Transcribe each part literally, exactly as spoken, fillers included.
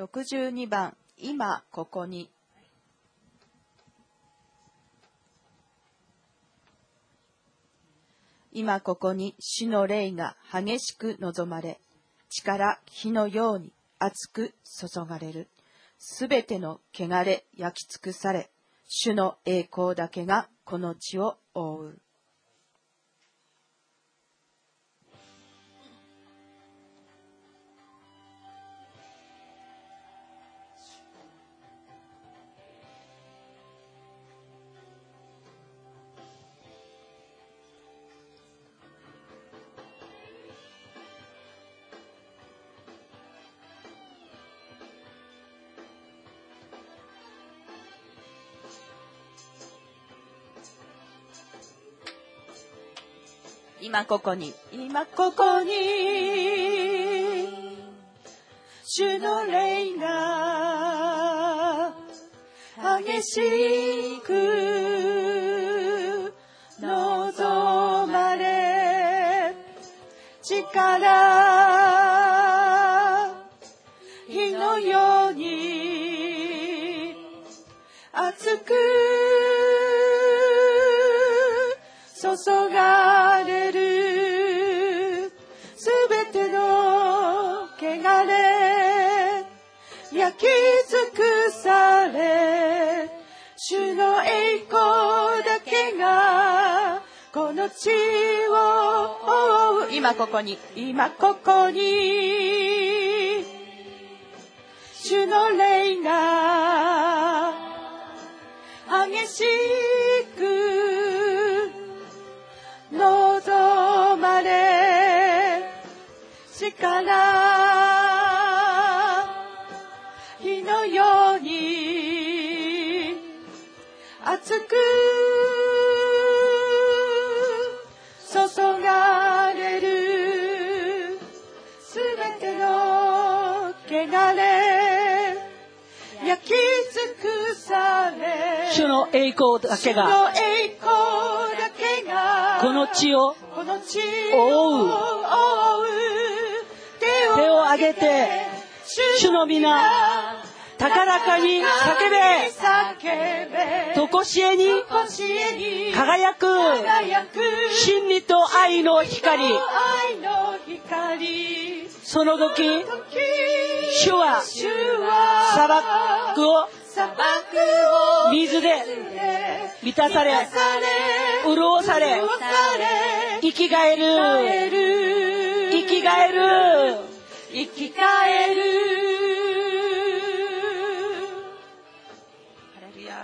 ろくじゅうにばん、今ここに。今ここに主の霊が激しく望まれ、地から火のように熱く注がれる。すべての汚れ焼き尽くされ、主の栄光だけがこの地を覆う。今ここに、今ここに、主の霊が激しく望まれ、地から火のように熱く注がれる。すべての汚れ焼き尽くされ、主の栄光だけがこの地を覆う。今ここに、今ここに主の霊が激しく望まれ、地から火のように熱く注がれる。すべての汚れ焼き尽くされ、 主の栄光だけが主の栄光だけがこの地をこの地覆う。手を挙げて主の皆高らかに叫べ。とこしえに輝く真理と愛の光。その時主は砂漠を水で満たされ、潤され、生き返る、生き返る、 生き返る。ハレルヤ。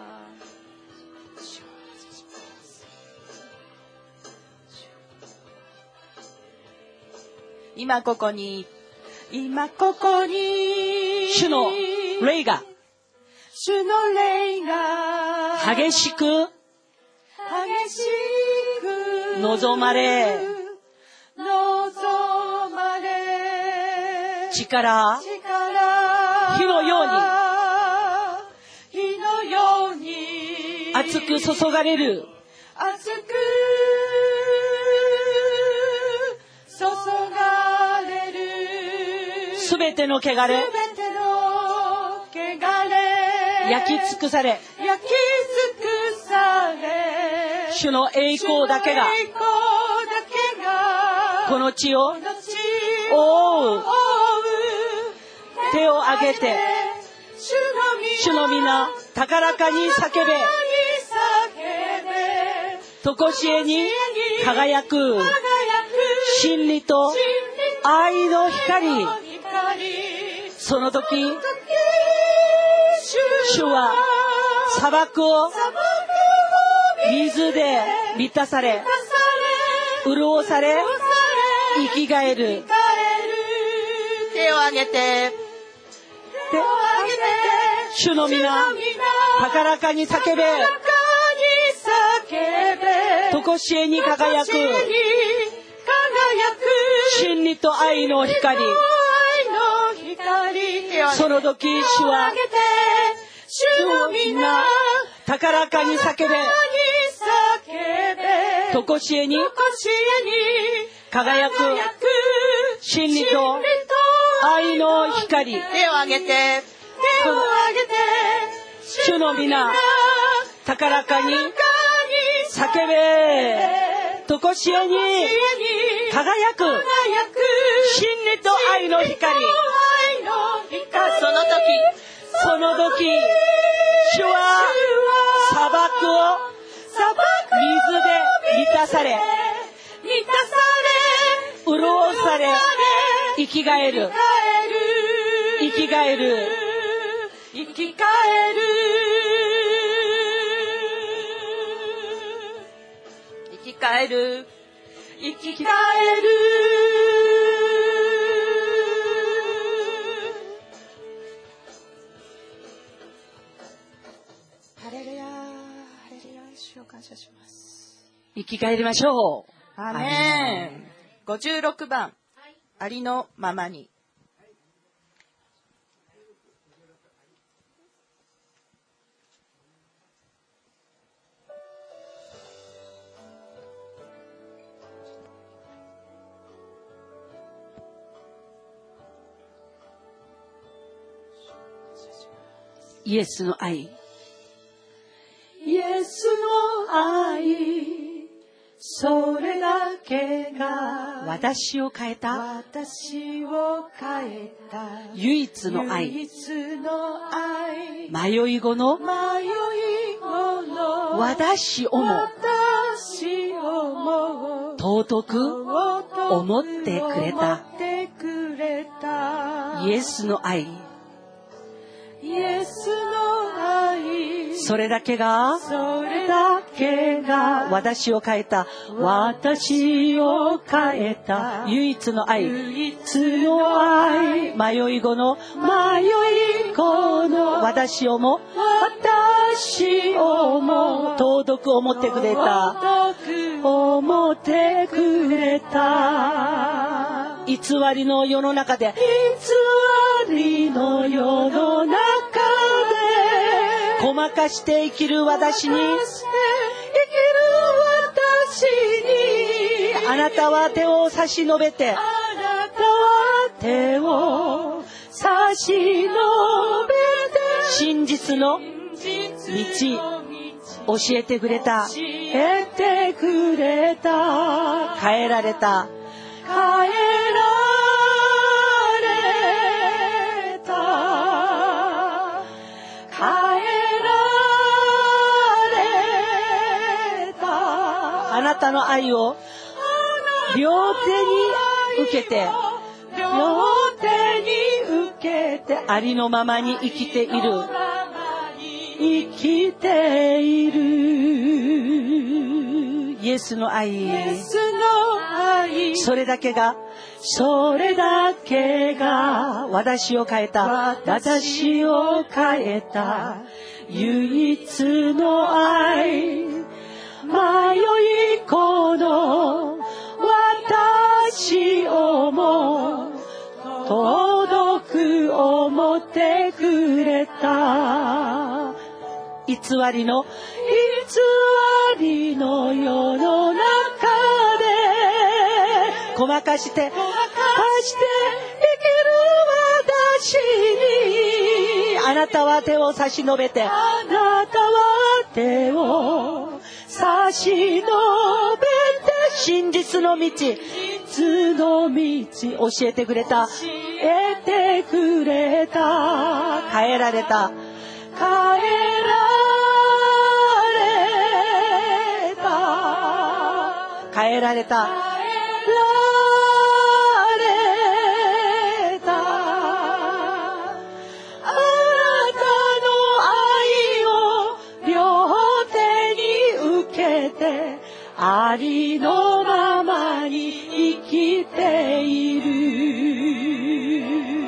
今ここに、今ここに主の霊が主の霊が激しく激しく望まれ、 望まれ、 地から火のように火のように熱く注がれる。 熱く注がれる。 すべての汚れすべての汚れ焼き尽くされ、 焼き尽くされ、 主の栄光だけがこの地を覆う。手を挙げて主の皆高らかに叫べ。とこしえに輝く真理と愛の光。その時主は砂漠を水で満たされ、潤され、生き返る。 手を挙げて、手を挙げて、 主の皆高らかに叫べ。とこしえに輝く真理と愛の光。その時主は主の皆高らかに叫べ。とこしえに輝く真理と愛の光。 手を挙げて、手を挙げて、 主の皆、高らかに叫べ。とこしえに輝く真理と愛の光。 その時、 その時、主は砂漠を水で満たされ、 満たされ、 潤され、生き返る。生き返る。 生き返る。生き返る。生き返る。ハレルヤ、ハレルヤ、主を感謝します。 生き返りましょう。 アメン。ごじゅうろくばん、ありのままに。 イエスの愛。 イエスの愛、それだけが私を変えた私を変えた唯一の愛。 唯一の愛、 迷い子の迷い子の私をも私をも尊く思ってくれた思ってくれたイエスの愛。 イエスの愛、 それだけがそれだけが私を変えた私を変えた唯一の愛。 唯一の愛。迷い子の迷い子の私をも私をも尊く思ってくれた思ってくれた。偽りの世の中で偽りの世の中でごまかして生きる私にあなたは手を差し伸べてあなたは手を差し伸べて真実の道教えてくれた教えてくれた変えられた変えられた変えられたあなたの愛を両手に受けて両手に受けてありのままに生きている生きているイエスの愛、それだけがそれだけが私を変えた私を変えた唯一の愛。迷い子の私をも届く思ってくれた。偽りの偽りの世の中でごまかしてごまかして生きる私にあなたは手を差し伸べてあなたは手を差し伸べて真実の道実の道教えてくれた教えてくれた変えられた変えられた変えられたありのままに生きている。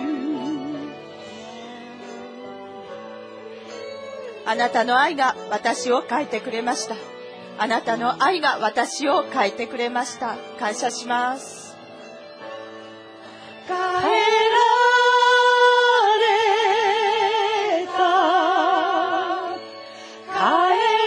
あなたの愛が私を変えてくれました。あなたの愛が私を変えてくれました。感謝します。変えられた変え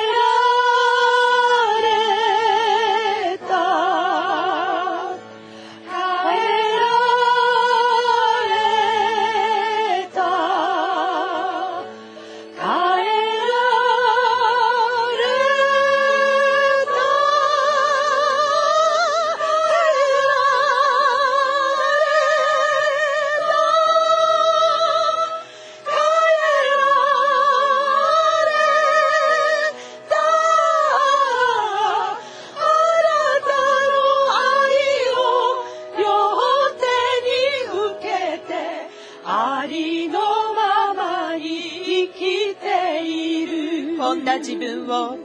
んな自分を、こんな自分を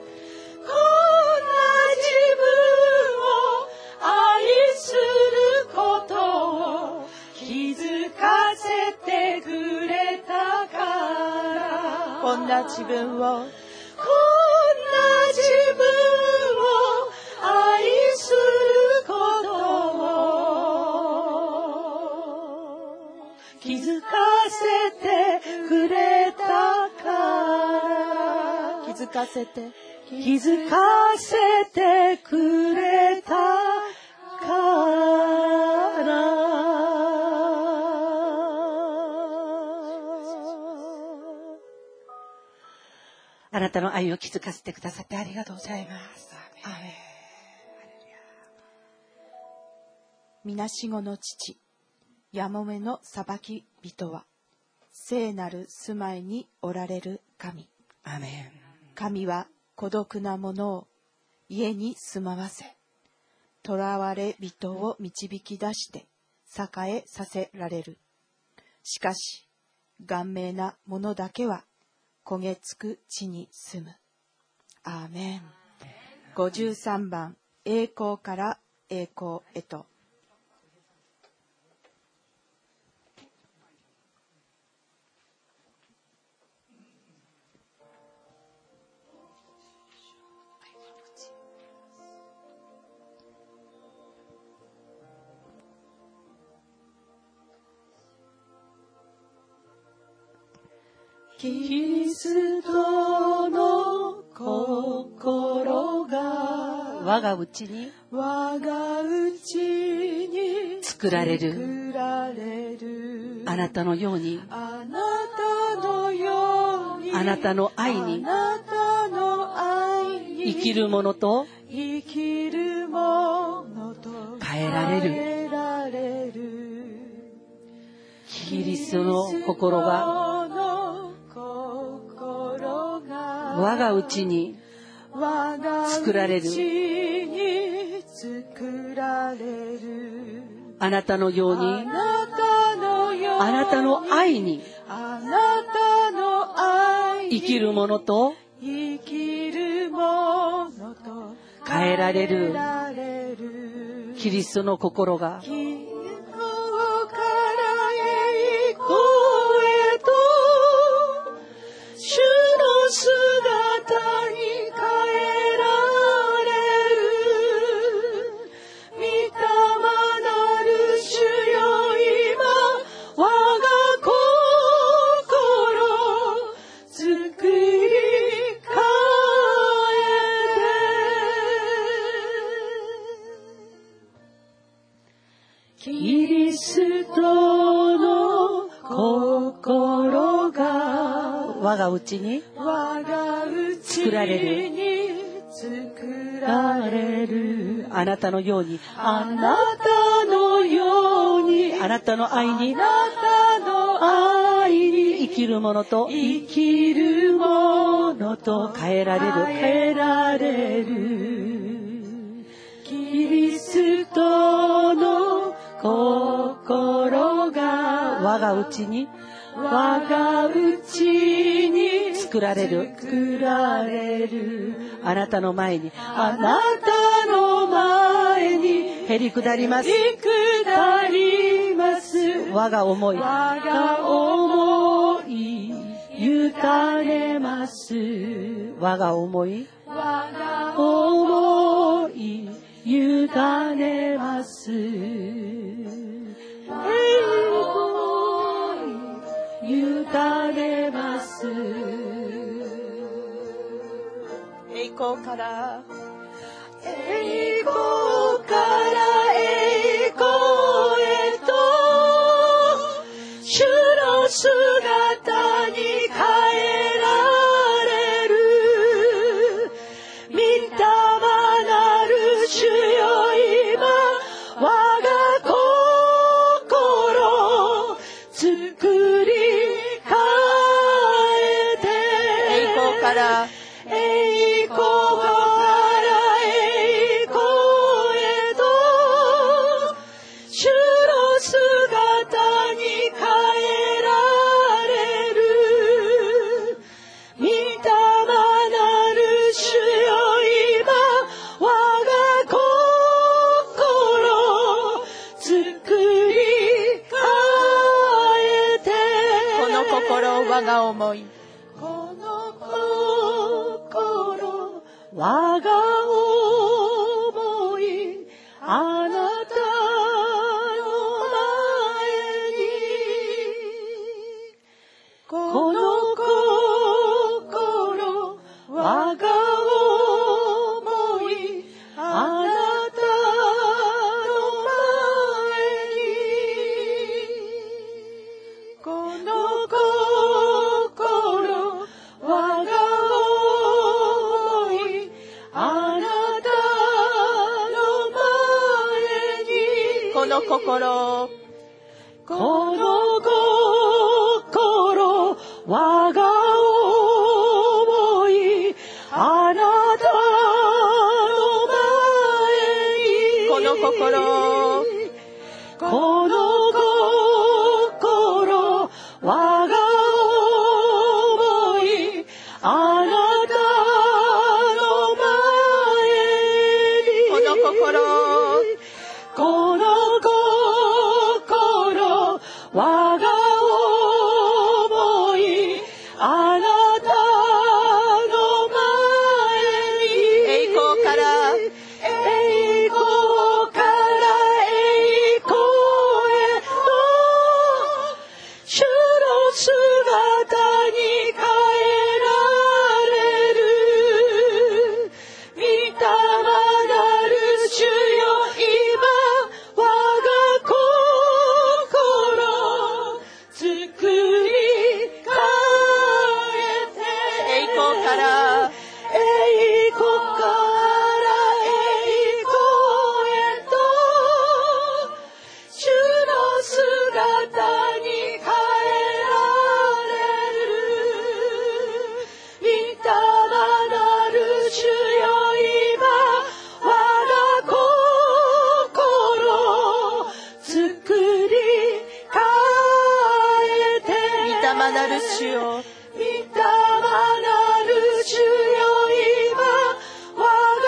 愛することを気づかせてくれたから、こんな自分を、こんな自分を愛することを気づかせてくれたから、気づかせて気づかせてくれたから。 あなたの愛を気づかせてくださってありがとうございます。アーメン。 みなしごの父、やもめの裁き人は、聖なる住まいにおられる神。 アーメン。 神は孤独な者を家に住まわせ、囚われ人を導き出して栄えさせられる。しかし、顔面な者だけは焦げつく地に住む。アーメン。ごじゅうさんばん、栄光から栄光へと。キリストの心が我がうちに我がうちに作られる作られるあなたのようにあなたのようにあなたの愛にあなたの愛に生きるものと生きるものと変えられる変えられるキリストの心が我がうちに作られるあなたのようにあなたの愛に生きるものと変えられるキリストの心が姿に変えられる御霊なる主よ今我が心作り変えてキリストの心が我がうちに作られるあなたのようにあなたのようにあなたの愛にあなたの愛に生きるものと生きるものと変えられる変えられるキリストの心が我がうちに我がうちに作られる作られるあなたの前にあなたの前にへりくだりますへりくだります我が思い我が思い委ねます我が思い我が思い委ねます委ねます栄光から栄光から栄光へと主の姿に変えられる御霊なる主よ今我が心作り変えて栄光から栄光から栄光へとが思い、 この心、我が思い、あなたの前に、この心、我が思い、あなたの前に、この心、我が思い、あなたの前に、 この心、 この心、我が思い、あなたの前に、 この心、 この心、我が思い、あなたの前に、 この心、 この心、我が思い、あなたの前に、 栄光から栄光から栄光へと、主の姿に変えられる。御霊なる主よ、今、我が心、作り変えて、 栄光から栄光から栄光へと、主の姿に変えられる。御霊なる主よ、今、我が心、作り変えて、 御霊なる主よ、 御霊なる主よ、今、我が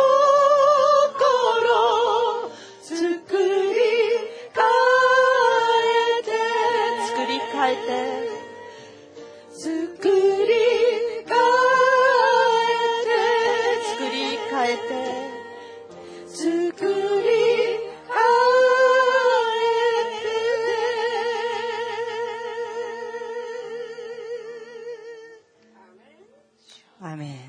心、作り変えて、 作り変えて、 作り変え作り変えて、 て、作り変えて。アーメン。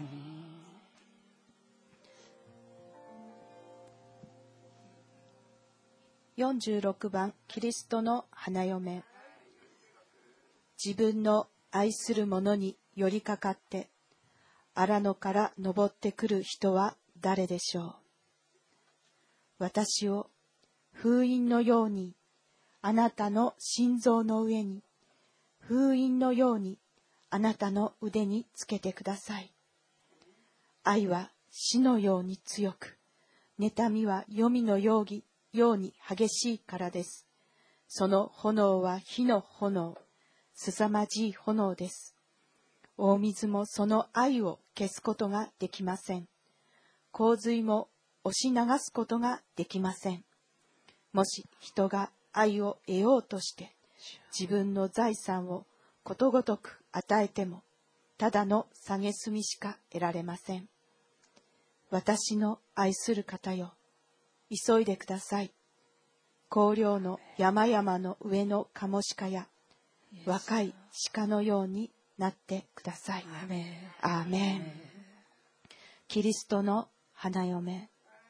よんじゅうろくばん、キリストの花嫁。自分の愛する者に寄りかかって、荒野から登ってくる人は誰でしょう。私を封印のように、あなたの心臓の上に、封印のように、あなたの腕につけてください。愛は死のように強く、妬みは黄泉のようにように激しいからです。その炎は火の炎、凄まじい炎です。大水もその愛を消すことができません。洪水も押し流すことができません。もし人が愛を得ようとして自分の財産をことごとく与えても、ただの蔑みしか得られません。私の愛する方よ、急いでください。荒涼の山々の上のカモシカや若い鹿のようになってください。 アーメン。 アーメン。キリストの花嫁。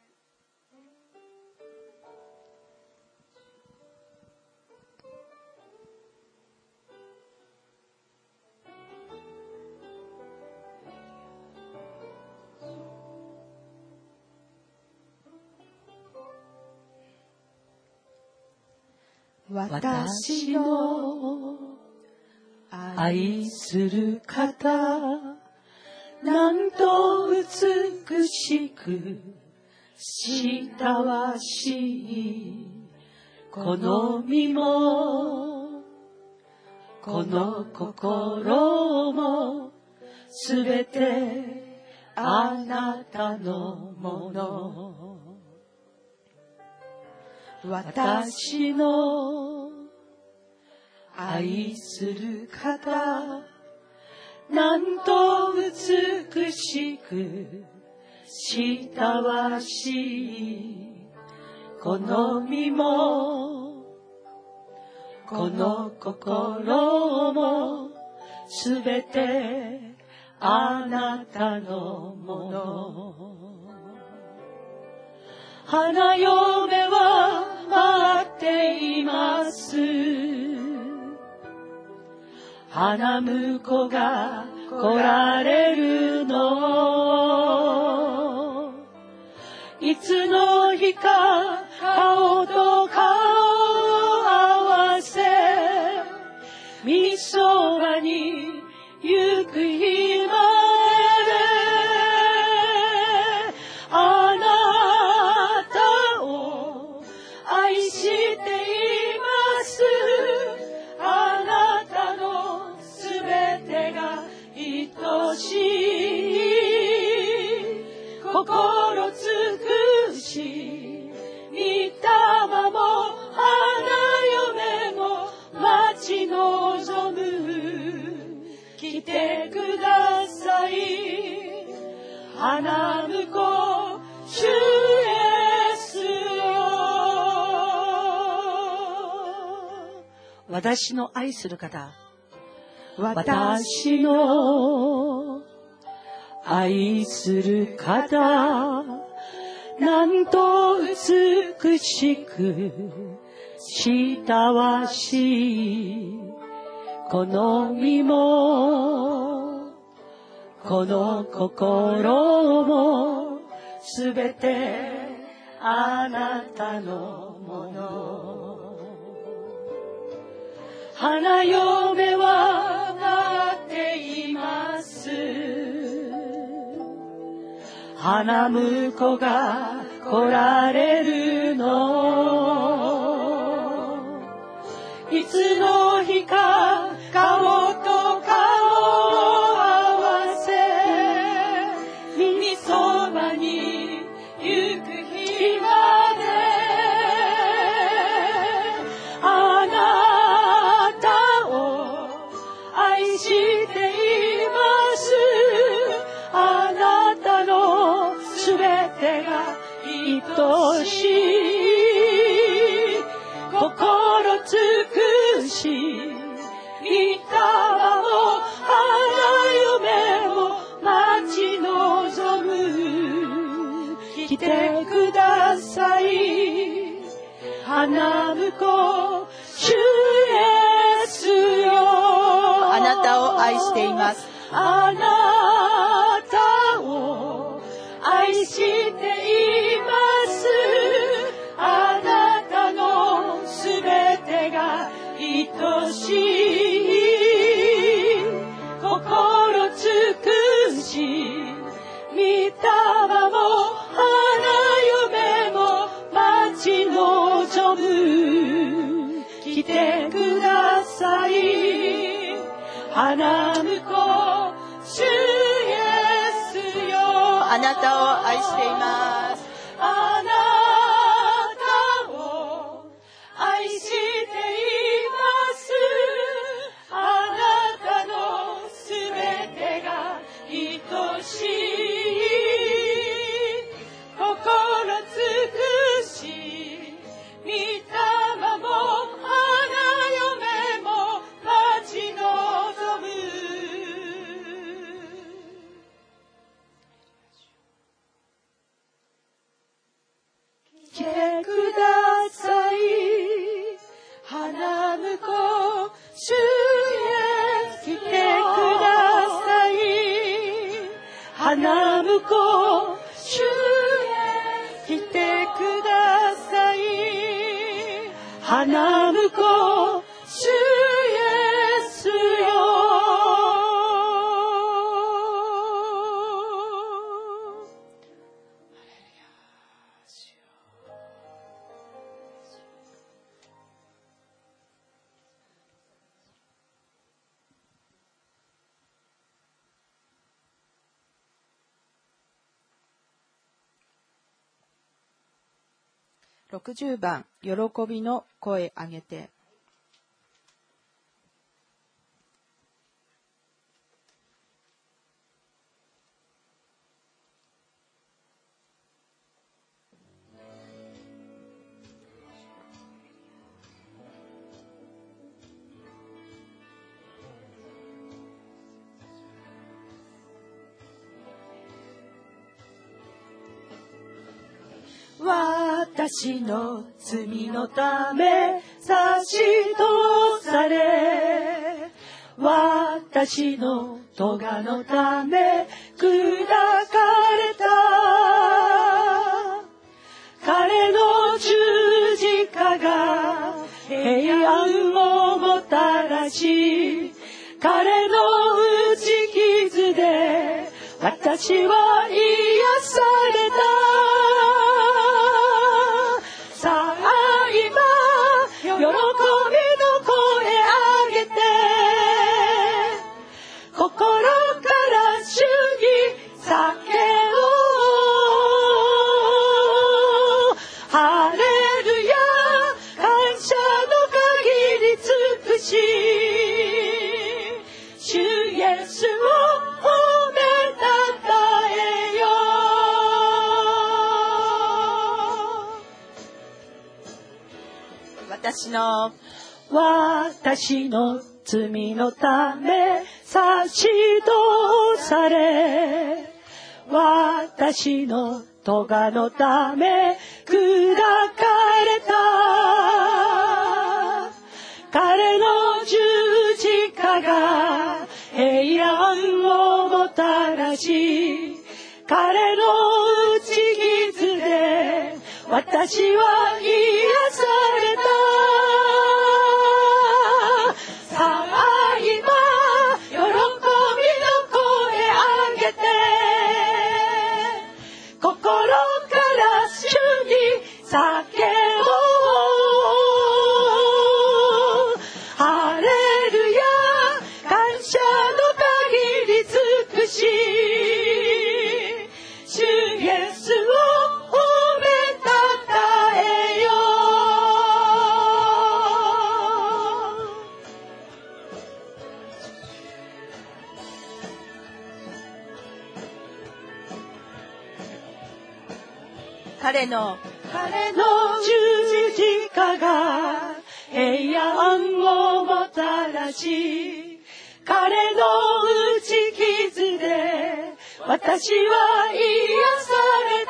私の愛する方、なんと美しく親しい、この身もこの心もすべてあなたのもの。私の愛する方、なんと美しく親しい、この身もこの心もすべてあなたのもの。花嫁は待っています。花婿が来られるの。いつの日か顔と顔を合わせ、みそばに行く日まで、あなたを愛しています。あなたのすべてが愛しい、心尽くし、御霊も花嫁も待ち望む。来てください、花婿主イエスよ。私の愛する方、私の愛する方、なんと美しく親しい、この身もこの心もすべてあなたのもの。花嫁は待っています。花婿が来られるの。いつの日か顔と顔を合わせ、みそばに行く日まで、あなたを愛しています。あなたのすべてが愛しい、心尽くし、御霊も花嫁も待ち望む。来てください、花婿主イエスよ。 あなたを愛しています。 あなたを愛しています。あなたのすべてが愛しい、心尽くし、御霊も花嫁も待ち望む。来てください、花婿主イエスよ。 あなたを愛しています。 あなたを愛しています。あなたのすべてが愛しい、心尽くし、御霊も花嫁も待ち望む。来てください、花婿主イエス。来てください、花婿主イエス。来てください、花婿主イエスよ。 ろくじゅうばん、喜びの声あげて。 私の罪のため差し通され、私の咎のため砕かれた。彼の十字架が平安をもたらし、彼の打ち傷で私は癒された。さあ今喜びの声上げて、心から主に叫ぼう。ハレルヤ、感謝の限り尽くし、主イエスを褒めたたえよう。私の私の罪のため差し通され、私の咎のため砕かれた。彼の十字架が平安をもたらし、彼の打ち傷で私は癒された。さあ今喜びの声上げて、心から主に叫ぼう。ハレルヤ、感謝の限り尽くし、主イエスを褒めたたえよう。 彼の彼の十字架が平安をもたらし、彼の打ち傷で私は癒され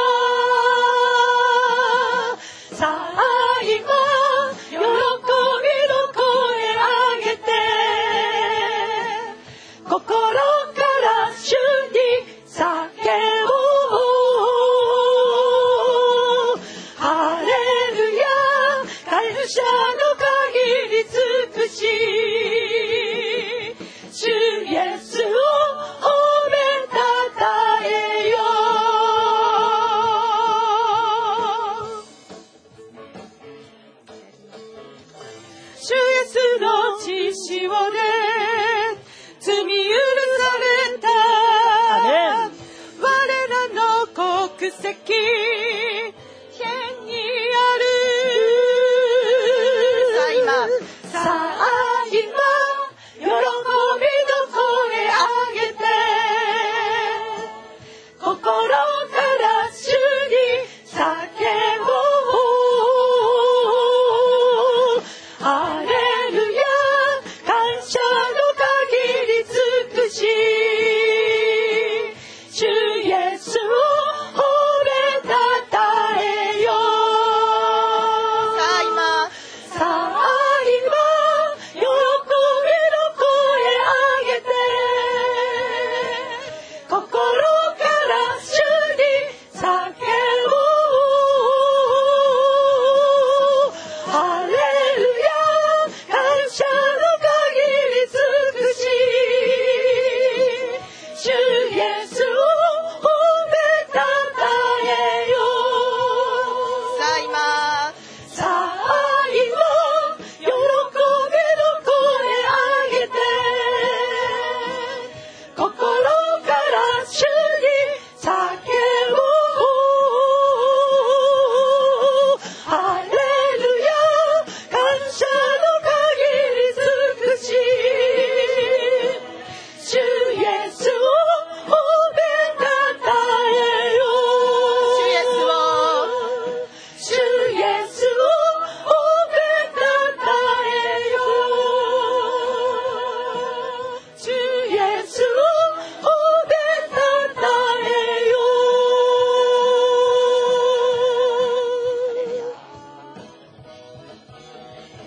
た。さあ今喜びの声上げて、心から主に叫ぼう。ハレルヤ、感謝の限り尽くし、主イエスを褒めたたえよう。主イエスの血潮で罪許された。我らの国籍天にある。さあ今喜びの声上げて、心から主に叫ぼう。ハレルヤ、感謝の限り尽くし、主イエスを褒めたた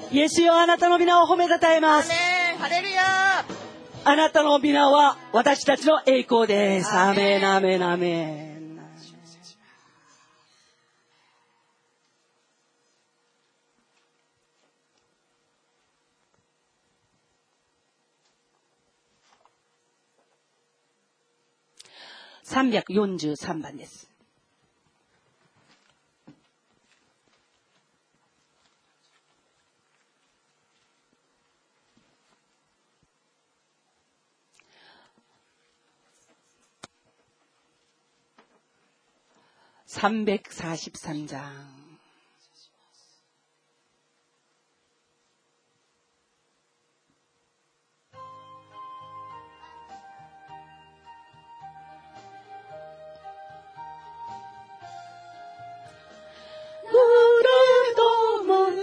イエスよ、あなたの皆を褒めたたえます。 ハレルヤ。 あなたの皆は私たちの栄光です。アーメン、アーメン、アーメン。さんびゃくよんじゅうさんばんです。삼백사십삼 장 울어도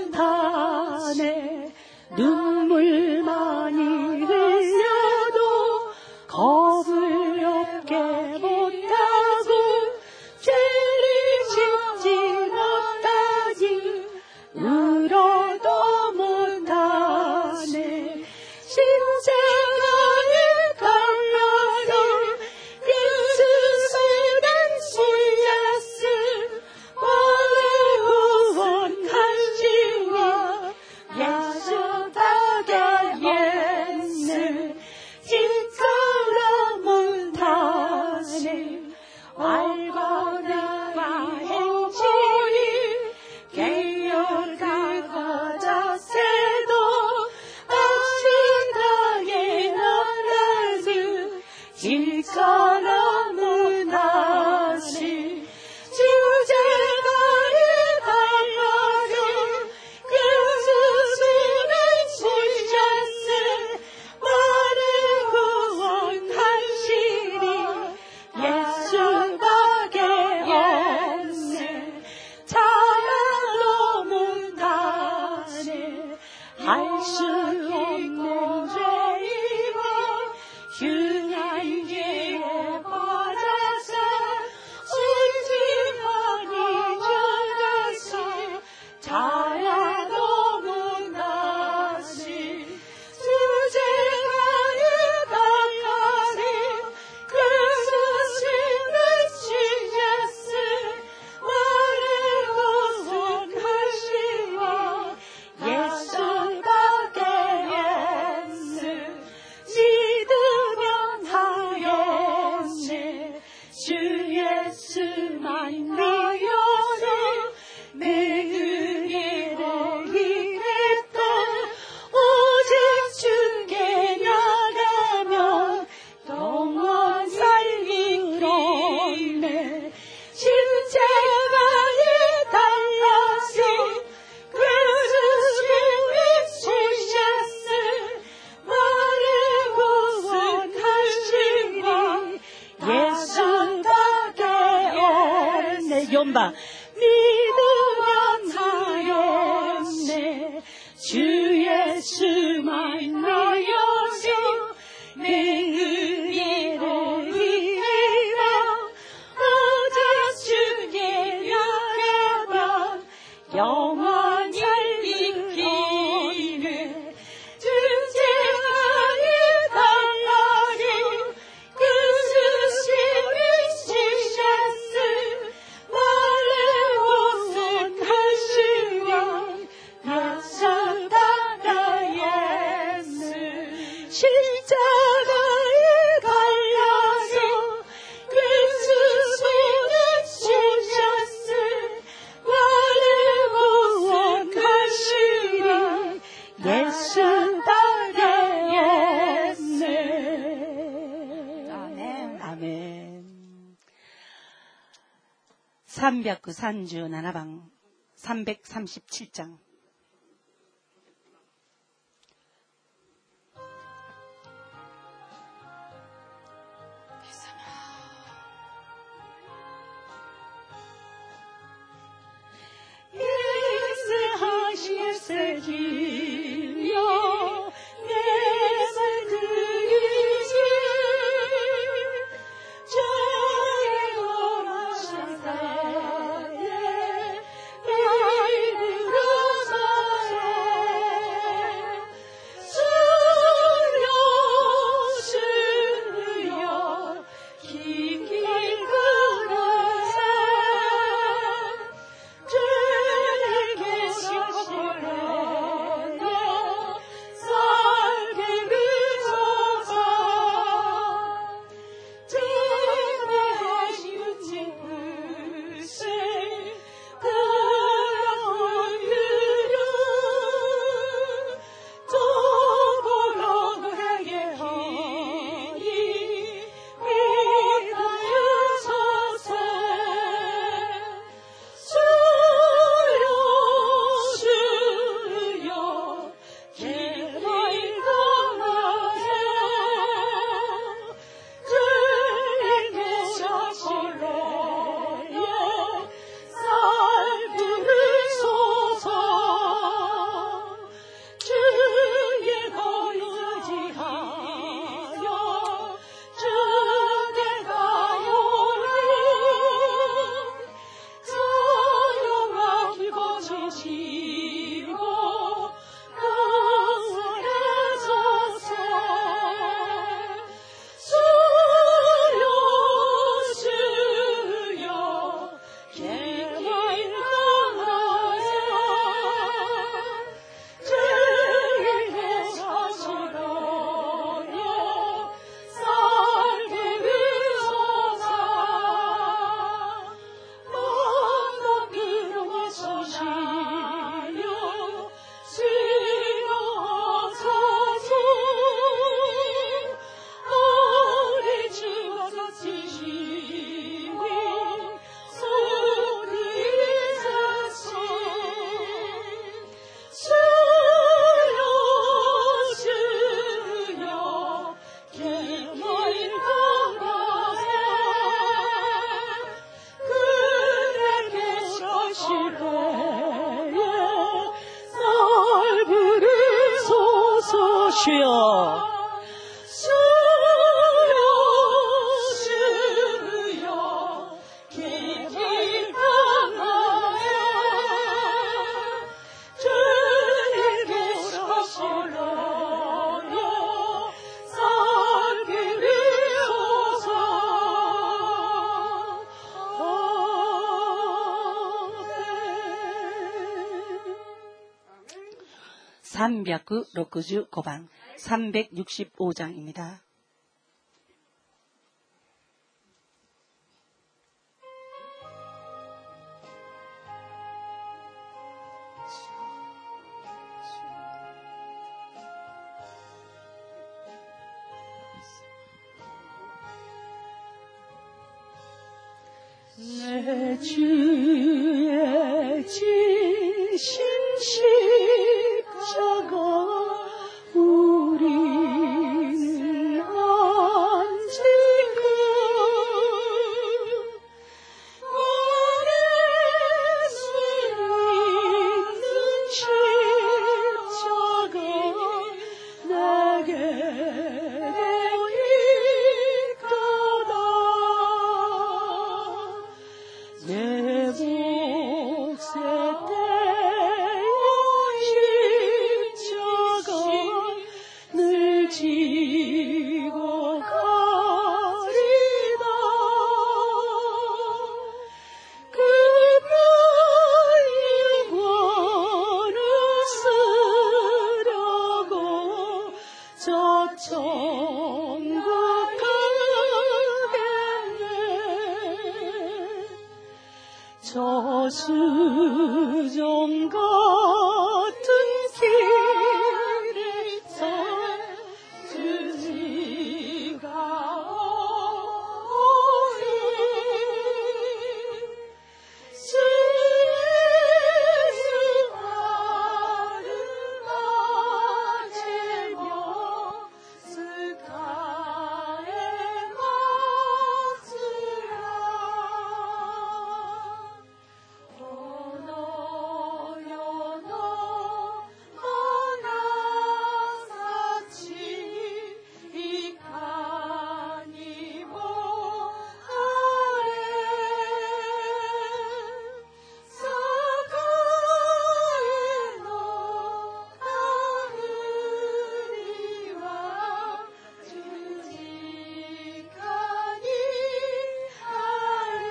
못하네 눈물 많이 흘려도 겁을 없게 못하고 죄를 짓지 못하지 울어도 못하네 십자가에 달려서 예수 수단 쏠렸음 나를 구원하시니 예수 받게 예수 진짜로 못하네 알고 내가 행치니 개열가가 자세도 아시다에 나라스 진짜로 못하시 십자가에 달려서 예수 수는 쏘셨음 나를 구원하시니 예수 밖에 없네 차라도 못하네 할 수 없는 죄이고 흉한 죄에 빠져서 순진하니 죽었어 차라도 못하시 십자가에 달려서 예수 수는 쏘셨음 나를 구원하시니 예수 밖에 없네 믿으면 하겠네 주 예수만 믿어도 내 의를 이랬다 오직 주께 나가면 영원 살기로네 십자가에 달려서 예수 수는 쏘셨음 나를 구원하시니 예수 밖에 없네 연방 믿으면 하겠네 주 예수만 믿어서 내 의를 이기라 오직 주께 나가면 영원 살기로네 십자가에 달려서 예수 수는 쏘셨음 나를 구원하시니 예수 밖에 없네 십자가에 달려서 예수 수는 쏘셨음 나를 구원하시니 예수 밖에 없네 아멘. 아멘 삼백삼십칠 방 삼백삼십칠 장 예수 하실세지요 예수 그리시 저의 원하셨사에 나를 들어 주여 삼백육십오 번, 삼백육십오 장입니다. 내 주의 지신 십자가 우리는 안지금 오래 수 있는 십자가 내게 보이거다 내 복세 지고 가리다 그 영광을 쓰려고 저 천국 가겠네 저 수정 같은 길에 주지가 오니 주 예수 아름다우며 스카에 맞으라 오너여너 하나사치 이카니모 아래 사가에노 하늘이와 주지카니 하리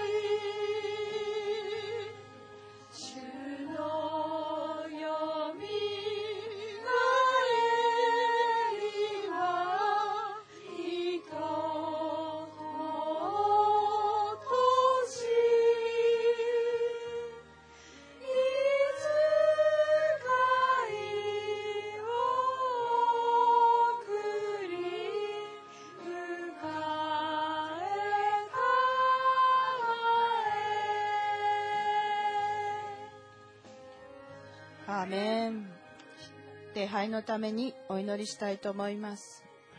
주노여미 나의 이와 이토 도시 이즈가이오 그리 그가에 가에 アーメン。礼拝のためにお祈りしたいと思います。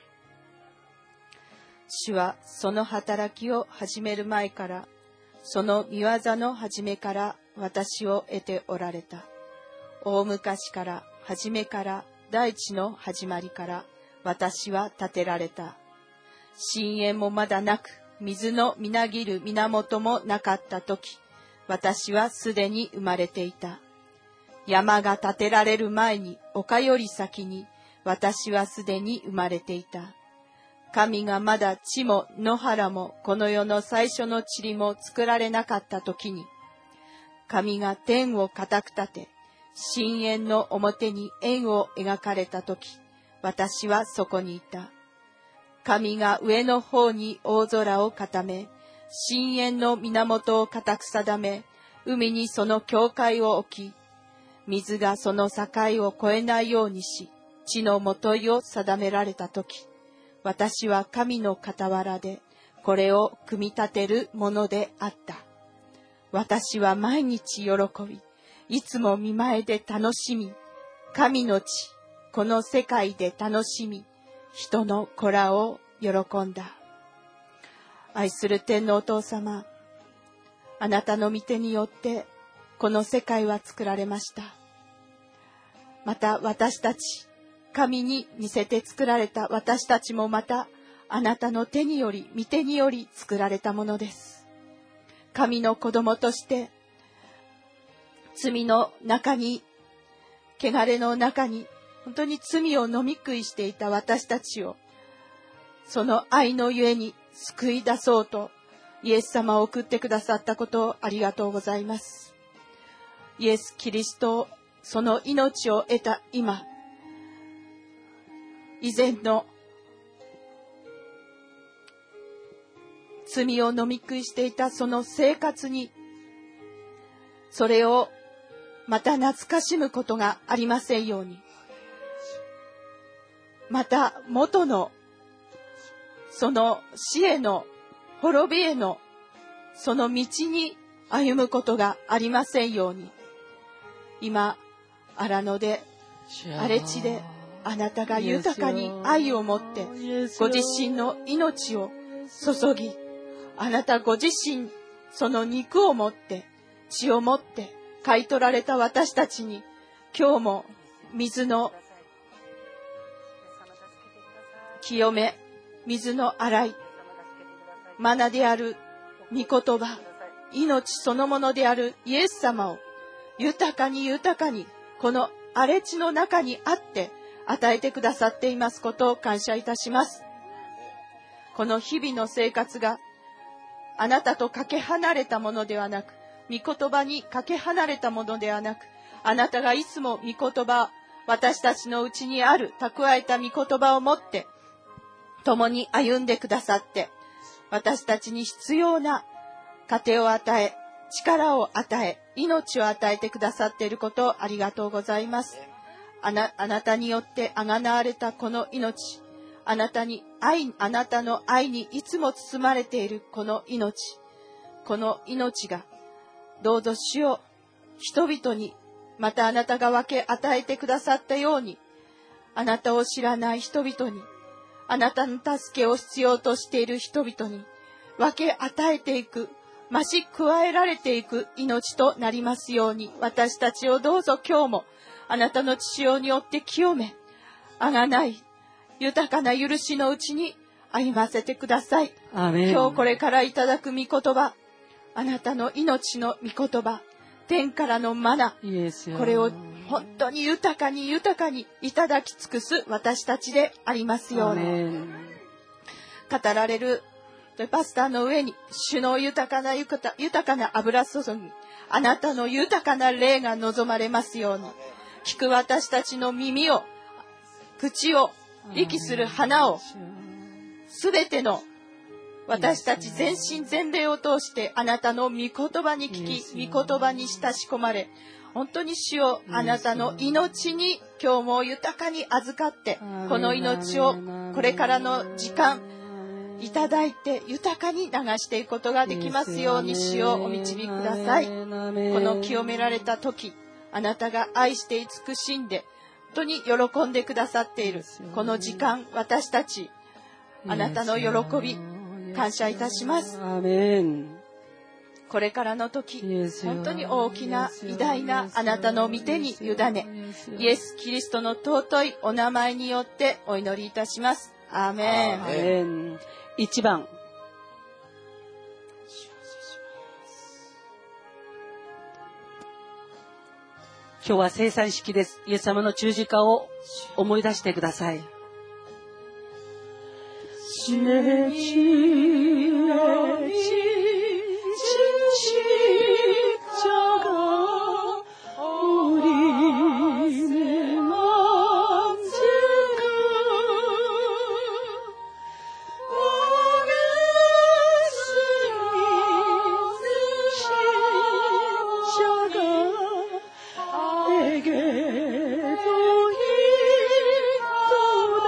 主はその働きを始める前から、その御業の始めから私を得ておられた。大昔から、初めから、大地の始まりから私は立てられた。深淵もまだなく、水のみなぎる源もなかったとき、私はすでに生まれていた。 山が建てられる前に丘より先に私はすでに生まれていた。神がまだ地も野原もこの世の最初の塵も作られなかった時に、神が天を固く立て、深淵の表に円を描かれた時、私はそこにいた。神が上の方に大空を固め、深淵の源を固く定め、海にその境界を置き、水がその境を越えないようにし、地のもといを定められたとき、私は神の傍らで、これを組み立てるものであった。私は毎日喜び、いつも見舞いで楽しみ、神の地、この世界で楽しみ、人の子らを喜んだ。愛する天のお父様、あなたの御手によってこの世界は作られました。また私たち、神に似せて作られた私たちもまたあなたの手により、御手により作られたものです。神の子供として罪の中に、汚れの中に本当に罪を飲み食いしていた私たちを、その愛のゆえに救い出そうとイエス様を送ってくださったことをありがとうございます。イエス・キリスト、その命を得た今、以前の罪を飲み食いしていたその生活に、それをまた懐かしむことがありませんように、また元のその死への滅びへのその道に歩むことがありませんように、今荒野で荒れ地であなたが豊かに愛を持ってご自身の命を注ぎ、あなたご自身その肉を持って血を持って買い取られた私たちに、今日も水の清め、水の洗い、マナである御言葉、命そのものであるイエス様を豊かに豊かにこの荒れ地の中にあって与えてくださっていますことを感謝いたします。この日々の生活があなたとかけ離れたものではなく、御言葉にかけ離れたものではなく、あなたがいつも御言葉、私たちのうちにある蓄えた御言葉を持って共に歩んでくださって、私たちに必要な糧を与え、力を与え、命を与えてくださっていることをありがとうございます。あな、あなたによってあがなわれたこの命、あなたに愛、あなたの愛にいつも包まれているこの命、この命がどうぞ主よ、人々にまたあなたが分け与えてくださったように、あなたを知らない人々に、あなたの助けを必要としている人々に分け与えていく、増し加えられていく命となりますように、私たちをどうぞ今日もあなたの血潮によって清め、あがない豊かな許しのうちに歩ませてください。 アーメン。 今日これからいただく御言葉、あなたの命の御言葉、天からのマナ、これを本当に豊かに豊かにいただき尽くす私たちでありますように。語られるパスタの上に主の豊かな豊かな油注ぎ、あなたの豊かな霊が望まれますように。聞く私たちの耳を、口を、息する鼻を、すべての私たち全身全霊を通してあなたの御言葉に聞き、御言葉に親し込まれ、本当に主をあなたの命に今日も豊かに預かって、この命をこれからの時間いただいて豊かに流していくことができますように、主をお導きください。この清められた時、あなたが愛して慈しんで本当に喜んでくださっているこの時間、私たちあなたの喜び感謝いたします。 アーメン。 これからの時、本当に大きな偉大なあなたの御手に委ね、イエス・キリストの尊いお名前によってお祈りいたします。アーメン。 アーメン。一番。 今日は生産式です。イエス様の十字架を思い出してください。내 주의 십자가 우리는 언제나 오늘 십자가 내게도 있도다.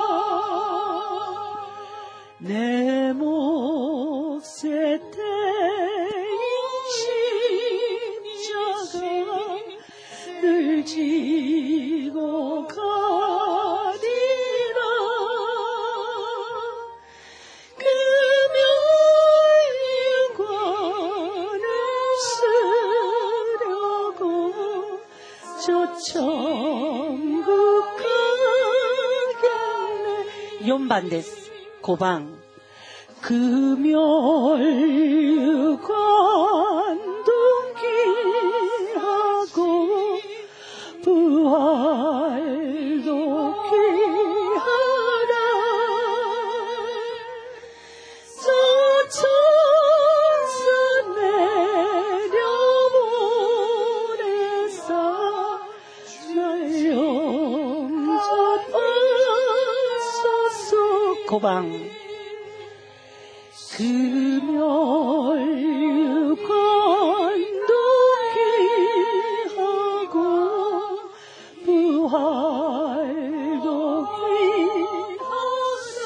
내 몫의 대인 십자가 늘 지고 가리라. 그 멸류관을 쓰려고 저 천국 가겠네. 연반です. 고방. 그 멸류관도 귀하고 부활도 귀하라. 저 천사 내려보내사 날 영접하소서. 고방. 그 멸류관도 귀하고 부활도 귀하라.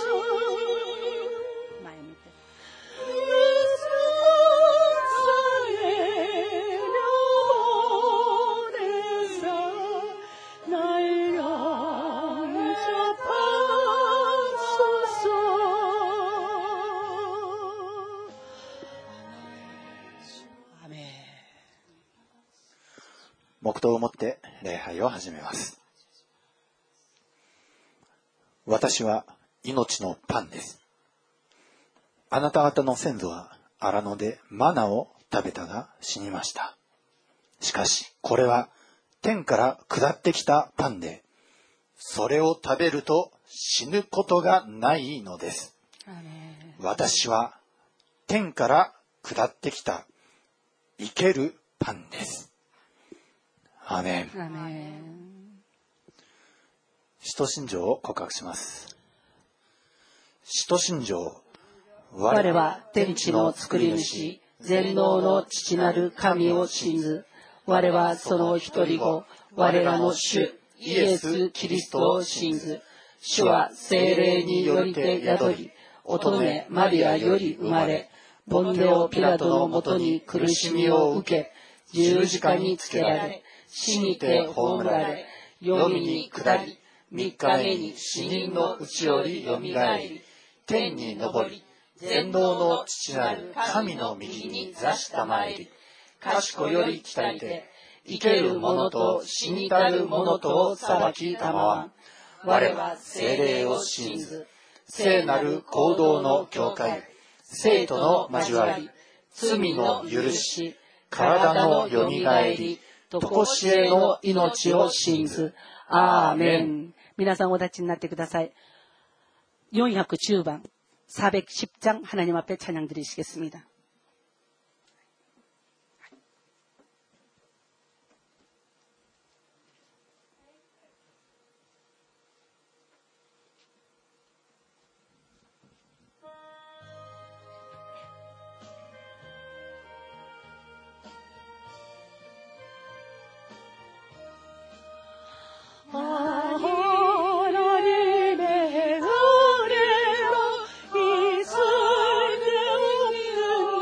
내려보내사 날 영접하소서. 아멘. 黙祷をもって礼拝を始めます。私は命のパンです。あなた方の先祖は荒野でマナを食べたが死にました。しかしこれは天から下ってきたパンで、それを食べると死ぬことがないのです。私は天から下ってきた生けるパンです。アーメン。 アーメン。 使徒信条を告白します。使徒信条。 我は天地の作り主、全能の父なる神を信ず。我はその一人子、我らの主、イエス・キリストを信ず。主は聖霊によりて宿り、乙女マリアより生まれ、ポンデオ・ピラトのもとに苦しみを受け、十字架につけられ、死にて葬られ、黄泉に下り、三日目に死人のうちよりよみがえり、天に昇り、全能の父なる神の右に座したまえり、賢より鍛えて、生ける者と死にたる者とを裁きたまわん。我は聖霊を信ず、聖なる行動の教会、聖徒の交わり、罪の許し、体のよみがえり、とこしえの命を信ず。アーメン。皆さんお立ちになってください。사백십 방, 사백십 장 하나님 앞에 찬양 드리시겠습니다. 하나님의 은혜로 이 세대 없는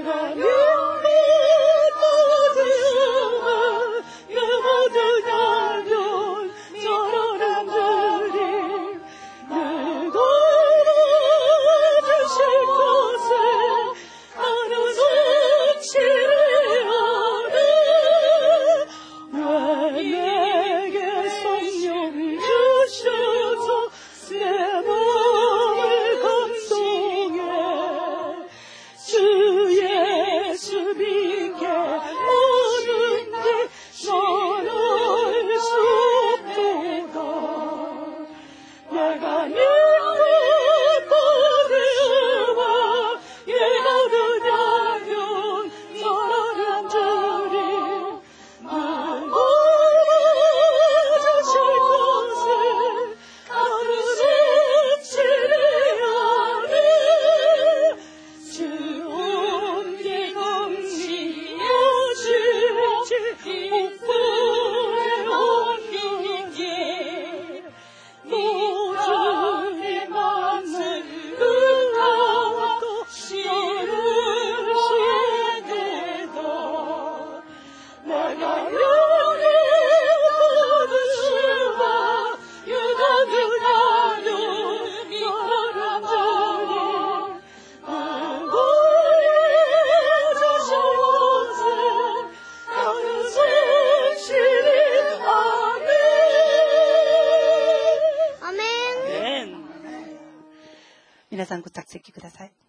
皆さんご着席ください。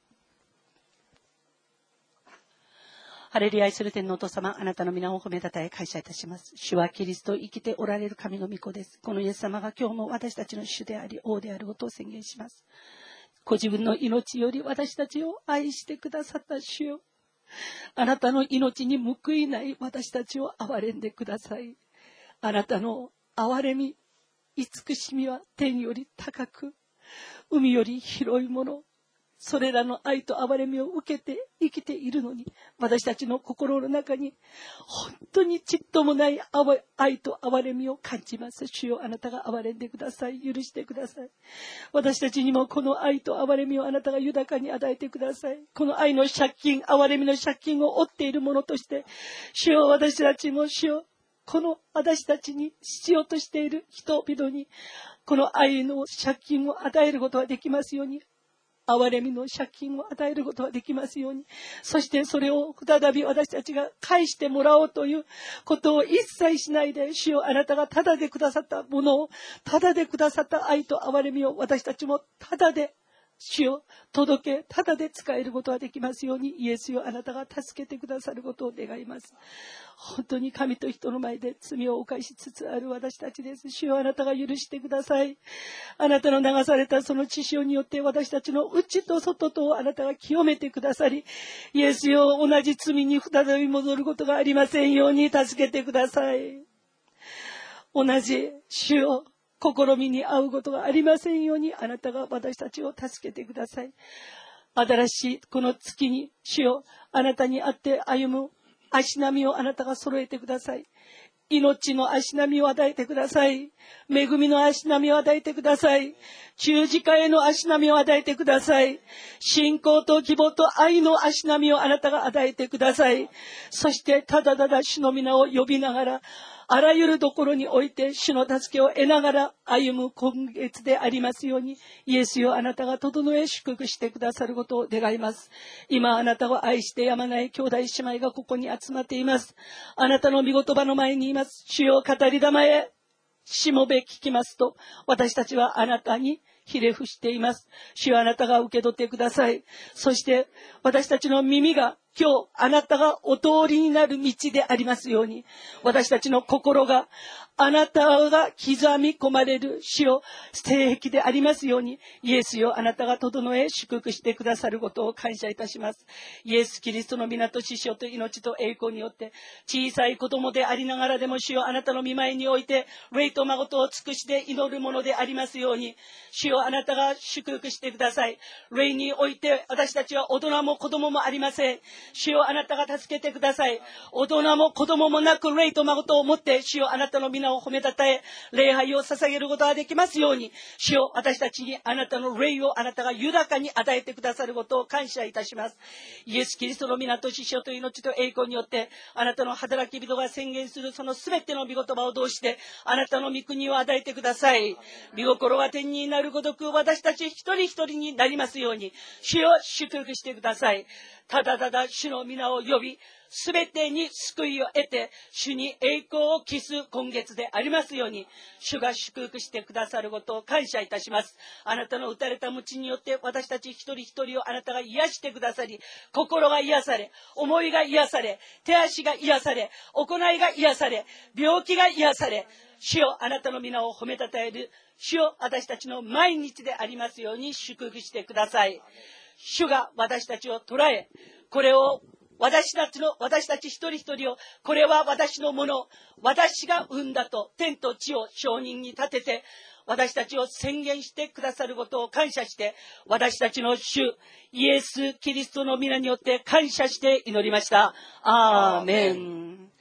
ハレルヤ愛する天のお父様、あなたの皆を褒めたたえ感謝いたします。主はキリスト、生きておられる神の御子です。このイエス様が今日も私たちの主であり王であることを宣言します。ご自分の命より私たちを愛してくださった主よ、あなたの命に報いない私たちを憐れんでください。あなたの憐れみ、慈しみは天より高く、海より広いもの、それらの愛と憐れみを受けて生きているのに、私たちの心の中に本当にちっともない愛と憐れみを感じます。主よ、あなたが憐れんでください。許してください。私たちにもこの愛と憐れみをあなたが豊かに与えてください。この愛の借金、憐れみの借金を負っているものとして、主よ、私たちも主よ、この私たちに必要としている人々にこの愛の借金を与えることができますように、憐れみの借金を与えることができますように、そしてそれを再び私たちが返してもらおうということを一切しないで、主よ、あなたがただでくださったものを、ただでくださった愛と憐れみを私たちもただで主よ届け、ただで使えることができますように、イエスよ、あなたが助けてくださることを願います。本当に神と人の前で罪を犯しつつある私たちです。主よ、あなたが許してください。あなたの流されたその血潮によって私たちの内と外とをあなたが清めてくださり、イエスよ、同じ罪に再び戻ることがありませんように助けてください。同じ主よ、試みに遭うことがありませんように、あなたが私たちを助けてください。新しいこの月に主よ、あなたにあって歩む足並みをあなたが揃えてください。命の足並みを与えてください。恵みの足並みを与えてください。十字架への足並みを与えてください。信仰と希望と愛の足並みをあなたが与えてください。そしてただただ主の皆を呼びながら、あらゆるところにおいて主の助けを得ながら歩む今月でありますように、イエスよ、あなたが整え祝福してくださることを願います。今あなたを愛してやまない兄弟姉妹がここに集まっています。あなたの御言葉の前にいます。主よ、語り玉へしもべ聞きますと、私たちはあなたにひれ伏しています。主よ、あなたが受け取ってください。そして私たちの耳が今日あなたがお通りになる道でありますように、私たちの心があなたが刻み込まれる主よ、聖域でありますように、イエスよ、あなたが整え祝福してくださることを感謝いたします。イエス・キリストの皆と師匠と命と栄光によって、小さい子供でありながらでも主よ、あなたの御前において霊と誠を尽くして祈るものでありますように、主よ、あなたが祝福してください。霊において私たちは大人も子供もありません。 主よあなたが助けてください。大人も子供もなく霊と誠を持って主よあなたの皆を褒めたたえ礼拝を捧げることができますように、主よ私たちにあなたの霊をあなたが豊かに与えてくださることを感謝いたします。イエスキリストの皆と死者と命と栄光によってあなたの働き人が宣言するそのすべての御言葉を通してあなたの御国を与えてください。御心は天になるごとく私たち一人一人になりますように主よ祝福してください。ただただ主の皆を呼びすべてに救いを得て主に栄光を期す今月でありますように主が祝福してくださることを感謝いたします。あなたの打たれた鞭によって私たち一人一人をあなたが癒してくださり、心が癒され、思いが癒され、手足が癒され、行いが癒され、病気が癒され、主よあなたの皆を褒めたたえる主よ私たちの毎日でありますように祝福してください。主が私たちを捉え、これを私たちの私たち一人一人をこれは私のもの、私が生んだと天と地を証人に立てて私たちを宣言してくださることを感謝して、私たちの主イエス・キリストの皆によって感謝して祈りました。アーメン。